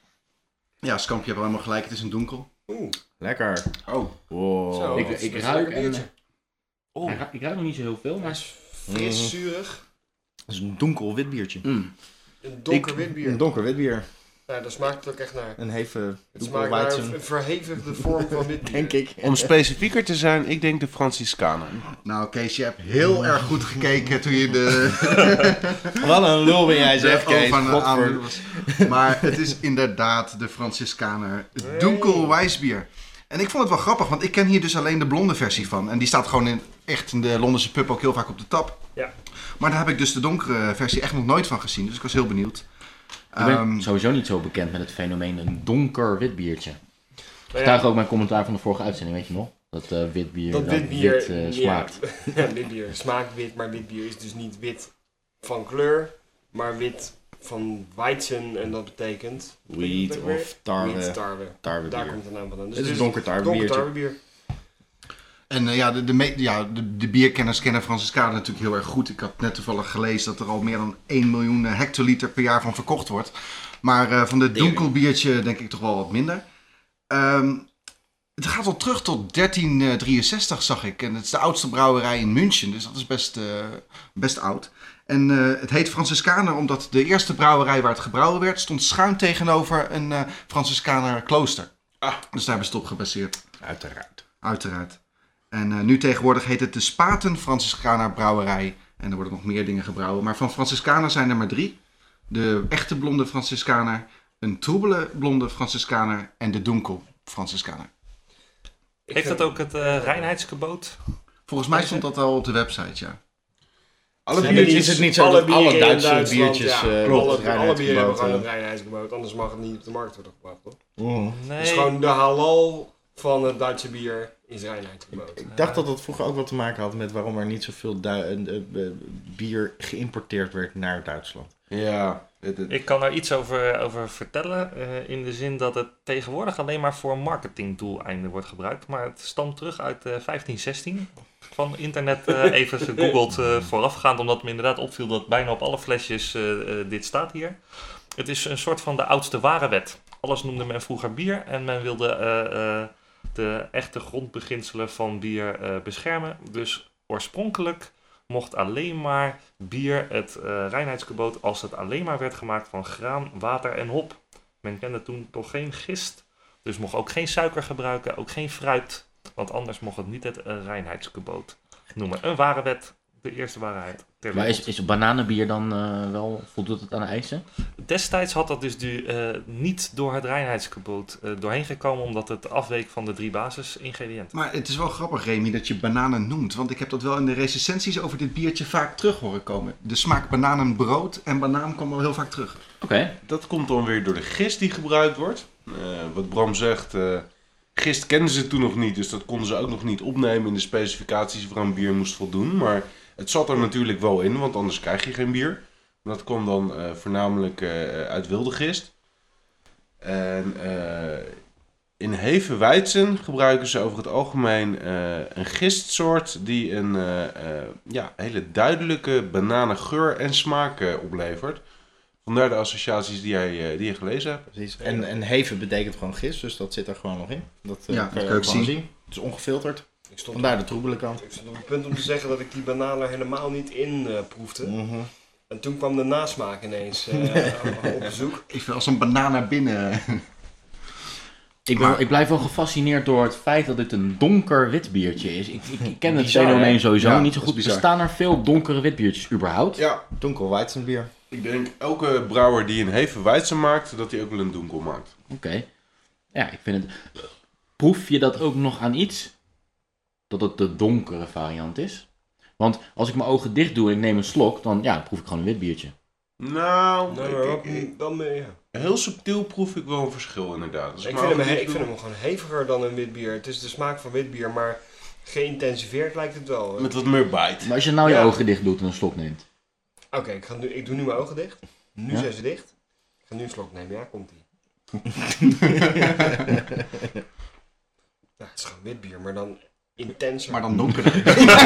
Ja, Skamp, je hebt wel helemaal gelijk. Het is een donkel. Oeh, Lekker. Oh, Wow. zo. Ik- dat is ik best ruik een lekker en- biertje. Hij ruikt- ik ruik nog niet zo heel veel, Hij maar... is fris, zuurig. Dat is een donker wit biertje. Mm. Een donker Ik- wit bier. Een donker wit bier. Ja, daar smaakt het ook echt naar. Een heven Het donker smaakt naar weizen, een verhevigde vorm van wit bier. denk ik. om specifieker te zijn, ik denk de Franciscaner. Nou, Kees, je hebt heel erg goed gekeken toen je de... Wat een lul ben jij, zeg, de Kees. oven aan- Godver- aan- was. Maar het is inderdaad de Franciscaner Dunkel Wijsbier. En ik vond het wel grappig, want ik ken hier dus alleen de blonde versie van. En die staat gewoon in, echt in de Londense pub ook heel vaak op de tap. Ja. Maar daar heb ik dus de donkere versie echt nog nooit van gezien. Dus ik was heel benieuwd. Ik ben Ehm, sowieso niet zo bekend met het fenomeen een donker wit biertje. Nou Getuig ja, ook mijn commentaar van de vorige uitzending, weet je nog? Dat uh, wit bier dat dan wit bier wit uh, smaakt. Ja, ja, wit bier smaakt wit, maar wit bier is dus niet wit van kleur, maar wit van weizen en dat betekent... Wheat wat ook weer? of tarwe. Wheat, tarwe. Tarwe Daar bier. komt de naam vandaan. Dus Het is het een donker tarwe donker biertje. tarwebier. En eh, ja, de, de, me- ja de, de bierkenners kennen Franciscaner natuurlijk heel erg goed. Ik had net toevallig gelezen dat er al meer dan één miljoen hectoliter per jaar van verkocht wordt. Maar eh, van dit donkelbiertje denk ik toch wel wat minder. Ehm, het gaat al terug tot dertien drieënzestig zag ik. En het is de oudste brouwerij in München, dus dat is best, uh, best oud. En uh, het heet Franciscaner omdat de eerste brouwerij waar het gebrouwen werd stond schuin tegenover een uh, Franciscaner klooster. Ah, dus daar hebben ze het op gebaseerd. Uiteraard. Uiteraard. En uh, nu tegenwoordig heet het de Spaten Franciscaner Brouwerij. En er worden nog meer dingen gebrouwen. Maar van Franciscaner zijn er maar drie. De echte blonde Franciscaner, een troebele blonde Franciscaner en de donkel Franciscaner. Ik Heeft vind- dat ook het uh, reinheidsgebod? Volgens mij stond dat al op de website, ja. Alle Nee, biertjes... is het niet zo alle dat bieren alle in Duitse Duitsland, biertjes, ja, eh, klopt. het alle, alle bieren hebben reinheidsgebod, gewoon een eh. reinheidsgebod, anders mag het niet op de markt worden gebracht, toch? Oh. Nee. Het is gewoon de halal van het Duitse bier is reinheidsgebod. Ik dacht dat dat vroeger ook wat te maken had met waarom er niet zoveel du- eh, eh, bier geïmporteerd werd naar Duitsland. Ja, het, het- Ik kan daar iets over, over vertellen, uh, in de zin dat het tegenwoordig alleen maar voor marketingdoeleinden wordt gebruikt. Maar het stamt terug uit uh, vijftien zestien. Van internet uh, even gegoogeld uh, voorafgaand, omdat me inderdaad opviel dat bijna op alle flesjes uh, uh, dit staat hier. Het is een soort van de oudste warewet. Alles noemde men vroeger bier en men wilde uh, uh, de echte grondbeginselen van bier uh, beschermen. Dus oorspronkelijk mocht alleen maar bier het uh, reinheidsgebod als het alleen maar werd gemaakt van graan, water en hop. Men kende toen toch geen gist, dus mocht ook geen suiker gebruiken, ook geen fruit, want anders mocht het niet het uh, reinheidsgebod noemen. Een ware wet, de eerste waarheid. Maar is, is bananenbier dan uh, wel, voldoet het aan de eisen? Destijds had dat dus die, uh, niet door het reinheidsgebod uh, doorheen gekomen, omdat het afweek van de drie basisingrediënten. Maar het is wel grappig, Remy, dat je bananen noemt. Want ik heb dat wel in de recensies over dit biertje vaak terug horen komen. De smaak bananenbrood en banaan kwam wel heel vaak terug. Oké. Okay. Dat komt dan weer door de gist die gebruikt wordt. Uh, wat Bram zegt, uh, gist kenden ze toen nog niet. Dus dat konden ze ook nog niet opnemen in de specificaties waaraan bier moest voldoen. Maar het zat er natuurlijk wel in, want anders krijg je geen bier. Dat kwam dan uh, voornamelijk uh, uit wilde gist. En uh, in Hefeweizen gebruiken ze over het algemeen uh, een gistsoort die een uh, uh, ja, hele duidelijke bananengeur en smaak uh, oplevert. Vandaar de associaties die jij, uh, die je gelezen hebt. Precies. En, en heven betekent gewoon gist, dus dat zit er gewoon nog in. Dat uh, ja, kan je ook ook zien. zien. Het is ongefilterd. Ik stond Vandaar de troebele kant. Ik stond op het punt om te zeggen dat ik die banaan er helemaal niet in uh, proefde. Mm-hmm. En toen kwam de nasmaak ineens uh, op bezoek. Ik vind als een banaan naar binnen. Ik, ben, Maar- ik blijf wel gefascineerd door het feit dat dit een donker wit biertje is. Ik, ik, ik ken het Bizar, fenomeen hè? sowieso Ja, niet zo dat is goed. bizar. Bestaan er veel donkere witbiertjes überhaupt? Ja, Donkel Weizenbier. ik denk elke brouwer die een Hefeweizen maakt, dat hij ook wel een donkel maakt. Oké. Okay. Ja, ik vind het... Proef je dat ook nog aan iets? Dat het de donkere variant is? Want als ik mijn ogen dicht doe en ik neem een slok, dan ja, proef ik gewoon een wit biertje. Nou, Nee, ik- maar ik- ik- wat, dan, uh, ja. heel subtiel proef ik wel een verschil inderdaad. Als Ik mijn vind, hem, ogen he- dicht ik vind doe- hem gewoon heviger dan een wit bier. Het is de smaak van wit bier, maar geïntensiveerd lijkt het wel. Oké, met wat meer bite. Maar als je nou je Ja. ogen dicht doet en een slok neemt. ik, ga nu, ik doe nu mijn ogen dicht. Nu Ja. zijn ze dicht. Ik ga nu een slok nemen, ja, komt ie. Ja, het is gewoon wit bier, maar dan intenser. Maar dan donkerder.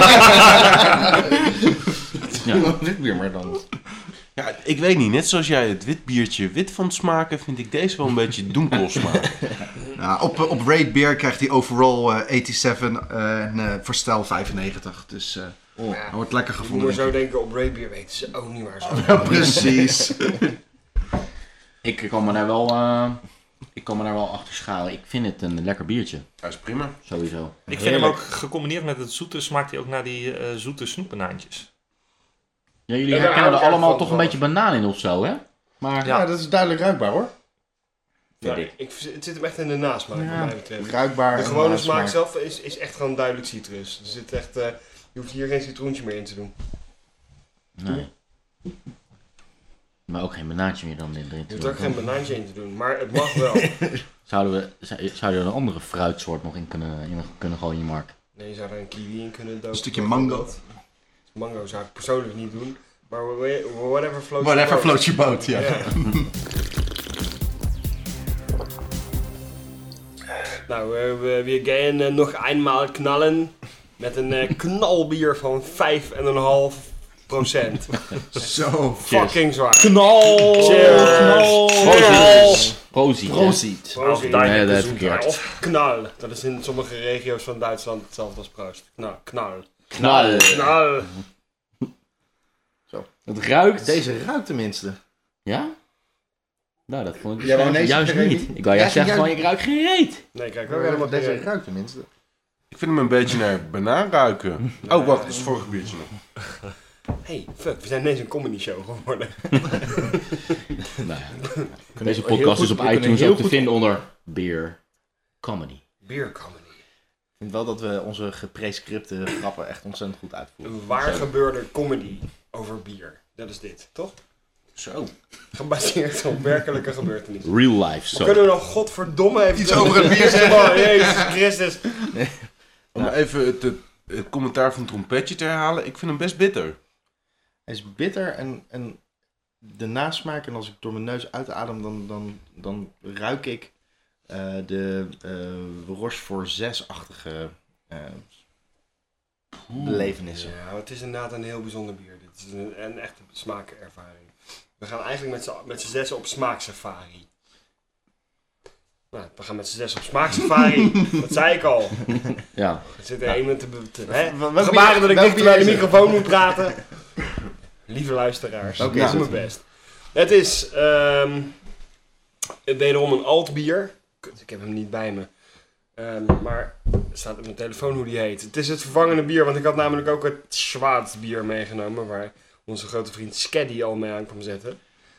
Ja. Witbier, maar dan... Ja, ik weet niet. Net zoals jij het wit biertje wit vond smaken, vind ik deze wel een beetje donkel smaken. Ja, op, op Rate Beer krijgt hij overall uh, eenenzeventig uh, en uh, voor stel vijfennegentig. Dus uh, Maar ja, hij wordt lekker je moet gevonden. maar zo denk ik. denken, op Ray Beer weten ze ook niet waar ze Ja, precies. Ik kan me daar wel, uh, ik kan me daar wel achter schalen. Ik vind het een lekker biertje, Hij is prima. sowieso. Ik vind hem ook gecombineerd met het zoete, smaakt hij ook naar die uh, zoete snoepbanaantjes. Ja, jullie Ja, daar herkennen er hou ik allemaal erg toch van, een beetje banaan in of zo, hè? Maar Ja, dat is duidelijk ruikbaar hoor. vind Ja, ik. ik, het zit hem echt in de nasmaak, Ja. wat mij betreft. Ruikbaar. De en, gewone uh, smaak zelf is, is echt gewoon duidelijk citrus. Er zit echt, uh, je hoeft hier geen citroentje meer in te doen. Nee. Maar ook geen banaantje meer dan in erin Je te hoeft doen. ook geen banaantje in te doen, maar het mag wel. Zouden we, zou zou je er een andere fruitsoort nog in kunnen, in kunnen gooien, Mark? Nee, je zou er een kiwi in kunnen dopen. Een stukje mango. Mango zou ik persoonlijk niet doen. Maar whatever floats Whatever your boat. floats your boat, ja. Ja. Nou, uh, we, we gaan uh, nog eenmaal knallen met een uh, knalbier van vijf komma vijf procent. Zo. Fucking zwaar. Knal! Cheers. Knal! Cheers. Proziet. hè? Proziet. Proost. Nee, dat is zoet. verkeerd. Of knal. Dat is in sommige regio's van Duitsland hetzelfde als proost. Nou, knal. Knal! Knal. Het ruikt. Deze ruikt tenminste. Ja? Nou, dat vond ik Jij wou dus nee juist zeggen, niet. Remy? Ik wou juist Ja, zeggen jij- van, ik ruik geen reet. Nee, kijk ook helemaal Deze geen- ruikt tenminste. Ik vind hem een beetje naar banaan ruiken. Oh, wacht, dat is het vorige biertje nog. Hey, fuck, we zijn ineens een comedy show geworden. Nou, ja. Deze heel podcast goed- is op we kunnen iTunes heel ook te goed- vinden onder Beer Comedy. Beer comedy. Ik vind wel dat we onze geprescripte grappen echt ontzettend goed uitvoeren. Een waar gebeurde comedy over bier. Dat is dit, toch? Zo. Gebaseerd op werkelijke gebeurtenissen. Real life, Zo. zo. Kunnen we dan godverdomme even Iets over het bier zeggen? Oh, Jezus Christus. Om even het, het, het commentaar van Trompetje te herhalen. Ik vind hem best bitter. Hij is bitter en, en de nasmaak, en als ik door mijn neus uitadem, dan, dan, dan ruik ik uh, de uh, Rochefort zes-achtige uh, belevenissen. Ja, het is inderdaad een heel bijzonder bier. Dit is een, een echte smaakervaring. We gaan eigenlijk met z'n met z'n zessen op smaaksafari. Nou, we gaan met z'n zes op smaaksafari. Dat zei ik al. Ja. Er zit er iemand te... be- te hè? Welk bier- Gebaren dat ik welk dichter bier bij de is het? microfoon moet praten. Lieve luisteraars, Oké, ik is doe het. mijn best. Het is um, wederom een alt-bier. Kut, ik heb hem niet bij me. Um, maar er staat op mijn telefoon hoe die heet. Het is het vervangende bier, want ik had namelijk ook het Schwarzbier meegenomen, waar onze grote vriend Skaddy al mee aan kwam zetten.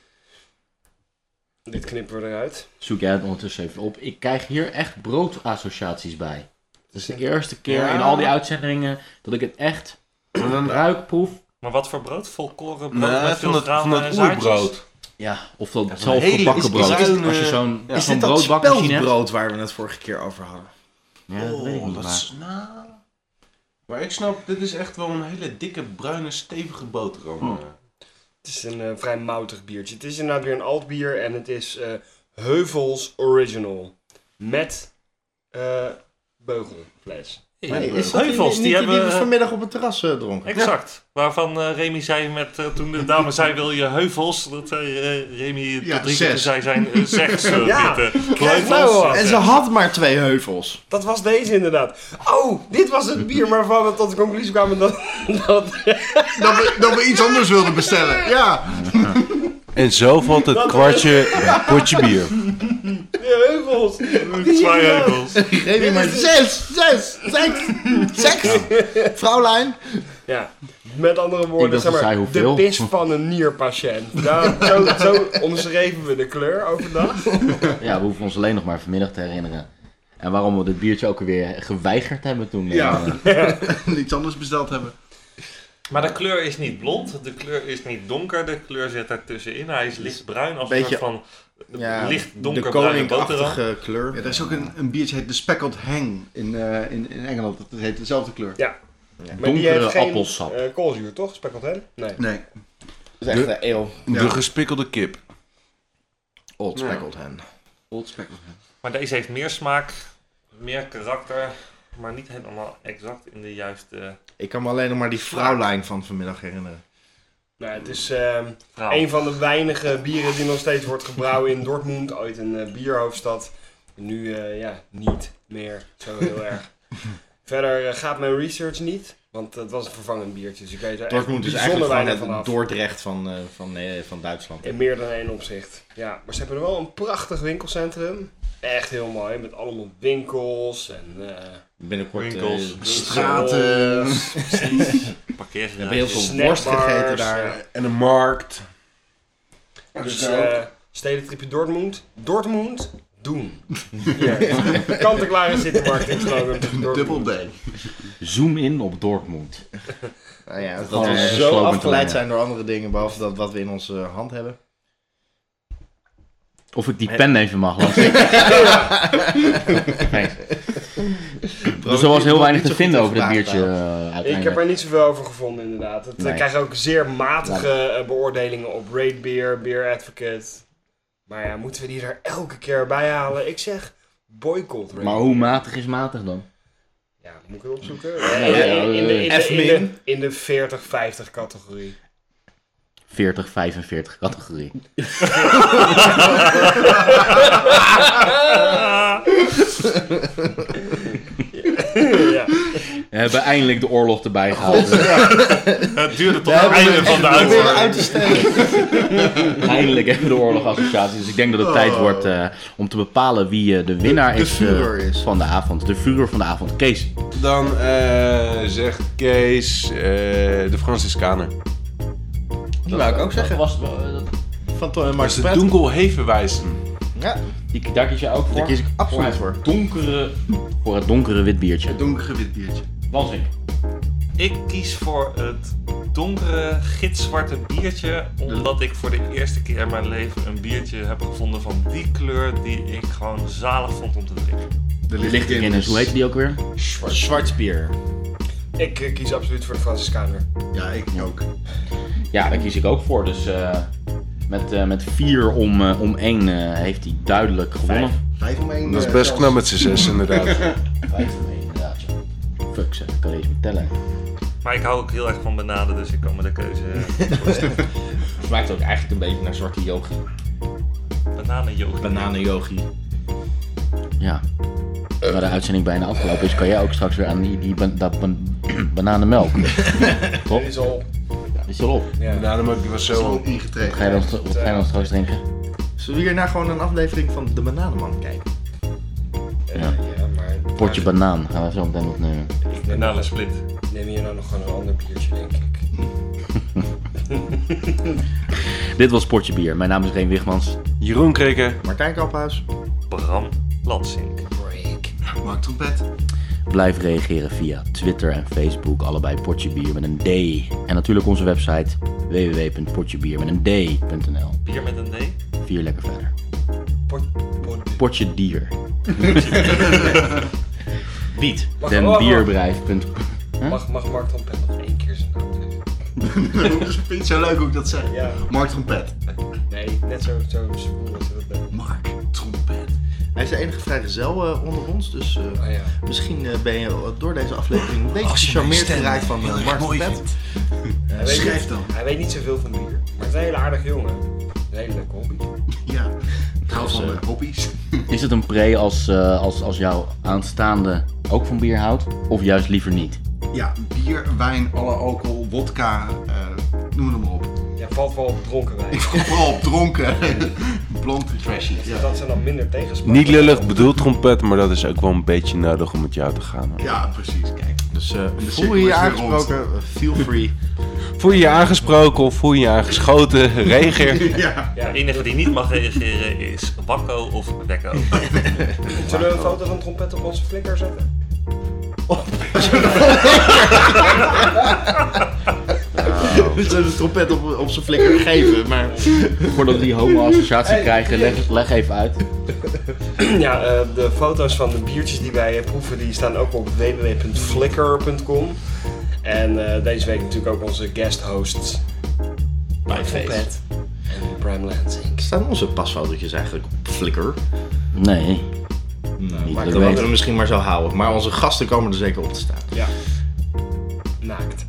Dit knippen we eruit. Zoek jij het ondertussen even op. Ik krijg hier echt broodassociaties bij. Het is de eerste keer Ja. in al die uitzendingen dat ik het echt ruik, proef. Maar wat voor brood? Volkoren brood Nee, met veel van dat, graan van dat en zaadjes? oerbrood. Ja, of dat Ja, zo'n zelf hele- gebakken is- brood. is dit- Als je zo'n Ja. Is zo'n dit dat broodbakmachine hebt. speldbrood waar we het vorige keer over hadden? Ja, dat weet ik niet. dat Maar... is- nou, maar ik snap, dit is echt wel een hele dikke, bruine, stevige boterham. Oh. eh. Het is een uh, vrij moutig biertje. Het is inderdaad weer een alt bier en het is uh, Heuvels Original. Met uh, beugelfles. Nee, is dat Heuvels, die hebben- we vanmiddag op het terras uh, dronken. Exact. Waarvan uh, Remy zei met, uh, toen de dame zei wil je heuvels, dat uh, Remy Ja, tot drie keer zes. zei zijn uh, zes uh, Ja, witte krijg nou heuvels. wat. En ze had maar twee heuvels. Dat was deze inderdaad. Oh, dit was het bier waarvan we tot de conclusie kwamen dat... dat Dat we, dat we iets anders wilden bestellen. Ja. En zo valt het Dat- kwartje bij het potje bier. de heuvels. Twee heuvels. Remy maar zes, zes, zes, seks. Vrouwlijn. Ja, met andere woorden, Ik dacht zeg dat maar, zei de hoeveel. pis van een nierpatiënt. Nou, zo, zo omschreven we de kleur overdag. Ja, we hoeven ons alleen nog maar vanmiddag te herinneren. En waarom we dit biertje ook alweer geweigerd hebben toen. Ja. eh, Iets anders besteld hebben. Maar de kleur is niet blond, de kleur is niet donker, de kleur zit daartussenin. Hij is lichtbruin als een Beetje- soort van Ja, licht de donkerbruine boterham. koninkachtige kleur. Ja, er is ook een, een biertje, heet de Speckled Hang in, uh, in, in Engeland. Dat heet dezelfde kleur. Ja. Ja. Maar die Donkere heeft geen appelsap. uh, koolzuur, toch? Speckled hen? Nee. Nee. Dat is echt een ale. Ja. De gespikkelde kip. Old Ja. speckled hen. Old Speckled Hang. Maar deze heeft meer smaak, meer karakter, maar niet helemaal exact in de juiste Ik kan me alleen nog maar die vrouwlijn van vanmiddag herinneren. Nou, het is uh, vrouw. een van de weinige bieren die nog steeds wordt gebrouwen in Dortmund, ooit een uh, bierhoofdstad. Nu uh, ja, niet meer zo heel erg. Verder uh, gaat mijn research niet, want het was een vervangend biertje. Dus ik weet er Dortmund echt is bijzonder eigenlijk weinig gewoon van het af. Dordrecht van, uh, van, uh, van Duitsland. In meer dan één opzicht. Ja, maar ze hebben er wel een prachtig winkelcentrum. Echt heel mooi, met allemaal winkels en uh, Binnenkort uh, Winkels. Straten. Precies. Parkeergarage. We hebben heel veel Snackbars, worst gegeten daar. ja. En een markt. Dus uh, stedentripje Dortmund. Dortmund, doen. Ja, kant-en-klare citymarketing slogan. Dubbel D. Zoom in op Dortmund. Nou ja, dat Gewoon we een zo slogan te afgeleid lengen. zijn door andere dingen, behalve dat wat we in onze hand hebben. Of ik die pen even mag laten. Thanks. Dus er was heel weinig te vinden over dit biertje uh, uiteindelijk. Ik heb er niet zoveel over gevonden inderdaad. Het Nee. nee. krijgt ook zeer matige uh, beoordelingen op Rate Beer, Beer Advocate. Maar ja, moeten we die er elke keer bij halen? Ik zeg boycott Rate Maar hoe matig is matig dan? Ja, moet ik het opzoeken? Ja, in, ja, in, in, de, in, de, F in, de, min. in de veertig vijftig categorie. veertig vijfenveertig categorie. Ja. We hebben eindelijk de oorlog erbij gehaald. Het duurde tot het einde van de uitzending. uit te stellen. Eindelijk hebben we de oorlogassociatie. Dus ik denk dat het tijd wordt uh, om te bepalen wie uh, de winnaar De is, uh, Führer is. van de avond. De Führer van de avond. Kees. Dan uh, zegt Kees uh, de Franciscaner. Dat wou ik ook zeggen. Was, uh, Van Ton en Maar Mark is de Pret. Dunkelhevenwijzen. Ja, die, daar kies je ook voor? daar kies ik absoluut voor. het donkere, voor het donkere wit biertje. Het donkere wit biertje. Wansink. Ik kies voor het donkere, gitzwarte biertje, omdat ik voor de eerste keer in mijn leven een biertje heb gevonden van die kleur die ik gewoon zalig vond om te drinken. De Lichte Guinness. Hoe heet die ook weer? Schwarzbier. Ik uh, kies absoluut voor de Franciscaner. Ja, ik ook. Ja, daar kies ik ook voor. Dus uh, met, uh, met vier om, uh, om één uh, heeft hij duidelijk gewonnen. Vijf om één. Dat is eh, best zelfs. knap met z'n zes inderdaad. Vijf om één, inderdaad. Ja. Fuck zeg, ik kan eens tellen. Maar ik hou ook heel erg van bananen, dus ik kan me de keuze voorstellen. Het smaakt ook eigenlijk een beetje naar zwarte yogi. Bananen yoghurt. Bananen yogi. ja, waar de uitzending bijna afgelopen is, kan jij ook straks weer aan die, die ban- dat ban- bananenmelk. Toch? Dit is al... Is al op. Ja. Bananenmelk die was Zo zo... Wat ingetreden. ga je dan, wat ga je dan straks drinken? Zullen we hierna gewoon een aflevering van De Bananenman kijken? Ja, Ja. ja, maar... Potje banaan gaan we zo meteen opnemen. Ik neem, Banana split. neem hier nou nog gewoon een ander biertje, denk ik. Dit was Potje Bier. Mijn naam is Reen Wigmans. Jeroen Krikke. Martijn Kamphuis. Bram Lansink. Break. Mark Trompet. Blijf reageren via Twitter en Facebook. Allebei Potje Bier met een D. En natuurlijk onze website w w w punt potjebier met een d punt n l. Bier met een D? Vier lekker verder. Pot, pot, Potje Dier. Wiet. Wacht, Den wacht, wacht. bierbedrijf. Huh? Mag, mag Mark Trompet nog één keer zijn naam zeggen? Dat vind ik zo leuk hoe ik dat zeg. Ja. Mark Trompet. Nee, net zo, zo spoel als je dat bent. Mark Trompet. Hij is de enige vrijgezel uh, onder ons, dus uh, Oh ja. misschien uh, ben je door deze aflevering een beetje Als je gecharmeerd mijn stem geraakt van heel uh, erg Mark mooi Trompet. vindt. Hij weet, Schrijf niet, dan. hij weet niet zoveel van bier, maar het is een hele aardige jongen. Een hele leuke hobby. Ja. Ik hou Dus, van uh, uh, hobby's. Is het een pre als, uh, als, als jouw aanstaande ook van bier houdt? Of juist liever niet? Ja, bier, wijn, alle alcohol, wodka, uh, noem het maar op. Ja, valt wel op dronken wijn. Ik val vooral op dronken. Blond en trashy. Ja. Ja. Dat zijn dan minder tegenspraken. Niet lullig bedoeld trompet, maar dat is ook wel een beetje nodig om met jou te gaan. Hoor. Ja, precies. Kijk. Dus uh, de voel cirkel je je is weer aangesproken, uh, feel free. Voel je je aangesproken of voel je je aangeschoten? Reageer. Ja. Ja. De enige die niet mag reageren is Wakko of Wekko. Zullen we een foto van trompet op onze flikker zetten? We zullen de trompet op, op zijn flikker geven, maar... Voordat we die homo-associatie Hey, krijgen, hey. leg, leg even uit. Ja, uh, de foto's van de biertjes die wij uh, proeven, die staan ook op w w w punt flickr punt com. En uh, deze week natuurlijk ook onze guest hosts. Mark Trompet en Bram Lansink. Staan onze pasfotootjes eigenlijk op Flickr? Nee. Nou, Niet maar dat ik dat weet. moeten we misschien maar zo houden. Maar onze gasten komen er zeker op te staan. Ja. Naakt.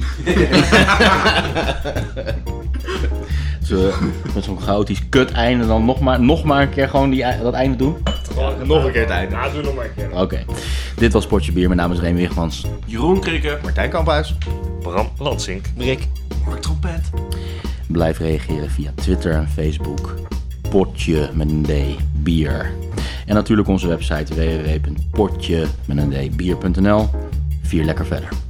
Zullen we met zo'n chaotisch kut einde dan nog maar, nog maar een keer gewoon die, dat einde doen? nog een keer het einde. Ja, doe nog maar een keer. Oké. Dit was Potje Bier. Mijn naam is Reen Wigmans. Jeroen Krikke. Martijn Kamphuis. Bram Lansink. Brik. Mark Trompet. Blijf reageren via Twitter en Facebook. Potje met een D, bier. En natuurlijk onze website w w w punt potje met een d bier punt n l. Vier lekker verder.